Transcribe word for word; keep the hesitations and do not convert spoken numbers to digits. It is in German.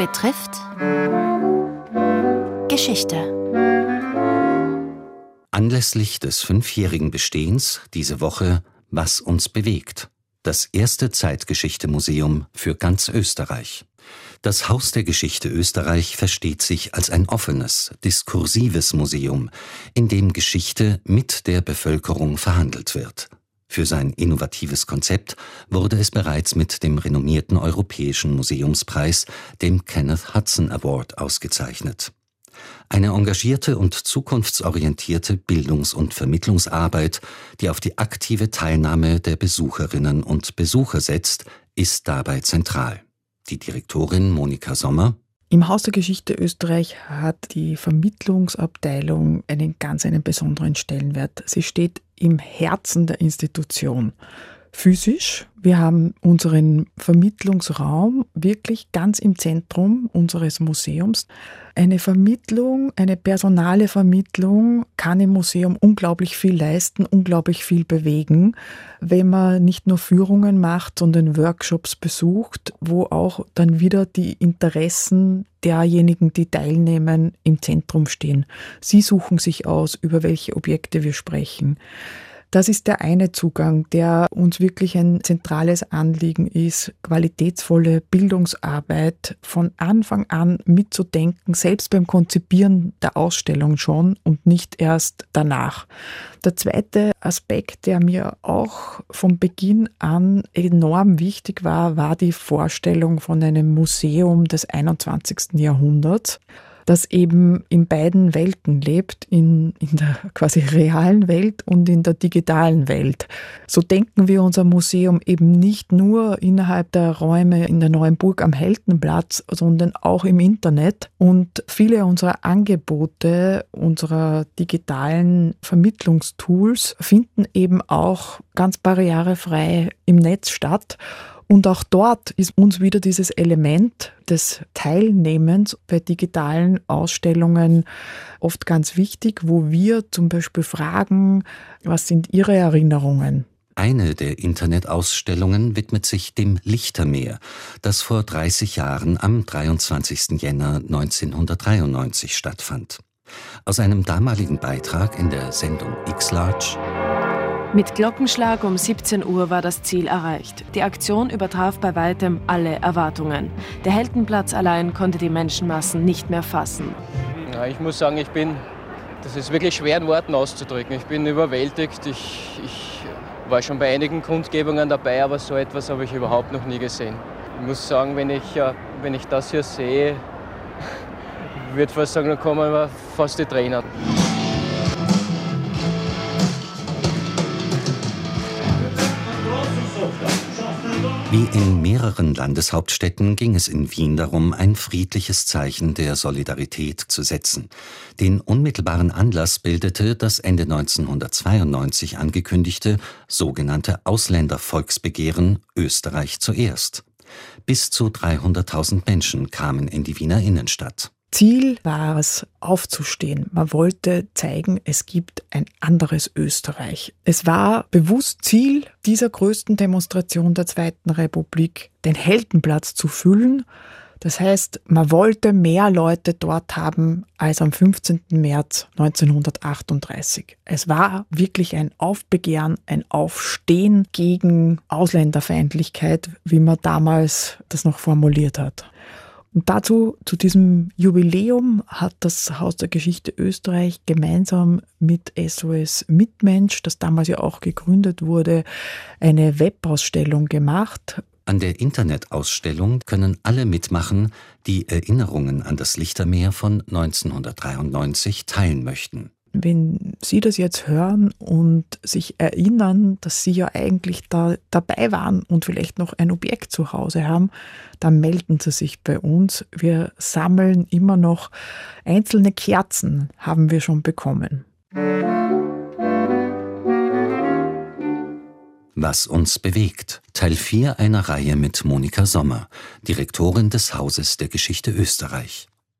betrifft Geschichte. Anlässlich des fünfjährigen Bestehens diese Woche Was uns bewegt. Das erste Zeitgeschichte-Museum für ganz Österreich. Das Haus der Geschichte Österreich versteht sich als ein offenes, diskursives Museum, in dem Geschichte mit der Bevölkerung verhandelt wird. Für sein innovatives Konzept wurde es bereits mit dem renommierten Europäischen Museumspreis, dem Kenneth Hudson Award, ausgezeichnet. Eine engagierte und zukunftsorientierte Bildungs- und Vermittlungsarbeit, die auf die aktive Teilnahme der Besucherinnen und Besucher setzt, ist dabei zentral. Die Direktorin Monika Sommer: Im Haus der Geschichte Österreich hat die Vermittlungsabteilung einen ganz einen besonderen Stellenwert. Sie steht im Herzen der Institution. Physisch, wir haben unseren Vermittlungsraum wirklich ganz im Zentrum unseres Museums. Eine Vermittlung, eine personale Vermittlung kann im Museum unglaublich viel leisten, unglaublich viel bewegen, wenn man nicht nur Führungen macht, sondern Workshops besucht, wo auch dann wieder die Interessen derjenigen, die teilnehmen, im Zentrum stehen. Sie suchen sich aus, über welche Objekte wir sprechen. Das ist der eine Zugang, der uns wirklich ein zentrales Anliegen ist, qualitätsvolle Bildungsarbeit von Anfang an mitzudenken, selbst beim Konzipieren der Ausstellung schon und nicht erst danach. Der zweite Aspekt, der mir auch von Beginn an enorm wichtig war, war die Vorstellung von einem Museum des einundzwanzigsten Jahrhunderts, das eben in beiden Welten lebt, in, in der quasi realen Welt und in der digitalen Welt. So denken wir unser Museum eben nicht nur innerhalb der Räume in der Neuen Burg am Heldenplatz, sondern auch im Internet. Und viele unserer Angebote, unserer digitalen Vermittlungstools finden eben auch ganz barrierefrei im Netz statt. Und auch dort ist uns wieder dieses Element des Teilnehmens bei digitalen Ausstellungen oft ganz wichtig, wo wir zum Beispiel fragen, was sind Ihre Erinnerungen? Eine der Internetausstellungen widmet sich dem Lichtermeer, das vor dreißig Jahren am dreiundzwanzigsten Jänner neunzehnhundertdreiundneunzig stattfand. Aus einem damaligen Beitrag in der Sendung X-Large: Mit Glockenschlag um siebzehn Uhr war das Ziel erreicht. Die Aktion übertraf bei weitem alle Erwartungen. Der Heldenplatz allein konnte die Menschenmassen nicht mehr fassen. Ja, ich muss sagen, ich bin, das ist wirklich schwer in Worten auszudrücken. Ich bin überwältigt. Ich, ich war schon bei einigen Kundgebungen dabei, aber so etwas habe ich überhaupt noch nie gesehen. Ich muss sagen, wenn ich, wenn ich das hier sehe, würde fast sagen, dann kommen mir fast die Tränen. Wie in mehreren Landeshauptstädten ging es in Wien darum, ein friedliches Zeichen der Solidarität zu setzen. Den unmittelbaren Anlass bildete das Ende neunzehnhundertzweiundneunzig angekündigte sogenannte Ausländervolksbegehren Österreich zuerst. Bis zu dreihunderttausend Menschen kamen in die Wiener Innenstadt. Ziel war es, aufzustehen. Man wollte zeigen, es gibt ein anderes Österreich. Es war bewusst Ziel dieser größten Demonstration der Zweiten Republik, den Heldenplatz zu füllen. Das heißt, man wollte mehr Leute dort haben als am fünfzehnten März neunzehnhundertachtunddreißig. Es war wirklich ein Aufbegehren, ein Aufstehen gegen Ausländerfeindlichkeit, wie man damals das noch formuliert hat. Und dazu, zu diesem Jubiläum, hat das Haus der Geschichte Österreich gemeinsam mit S O S Mitmensch, das damals ja auch gegründet wurde, eine Webausstellung gemacht. An der Internetausstellung können alle mitmachen, die Erinnerungen an das Lichtermeer von neunzehnhundertdreiundneunzig teilen möchten. Wenn Sie das jetzt hören und sich erinnern, dass Sie ja eigentlich da dabei waren und vielleicht noch ein Objekt zu Hause haben, dann melden Sie sich bei uns. Wir sammeln immer noch einzelne Kerzen, haben wir schon bekommen. Was uns bewegt. Teil vier einer Reihe mit Monika Sommer, Direktorin des Hauses der Geschichte Österreich.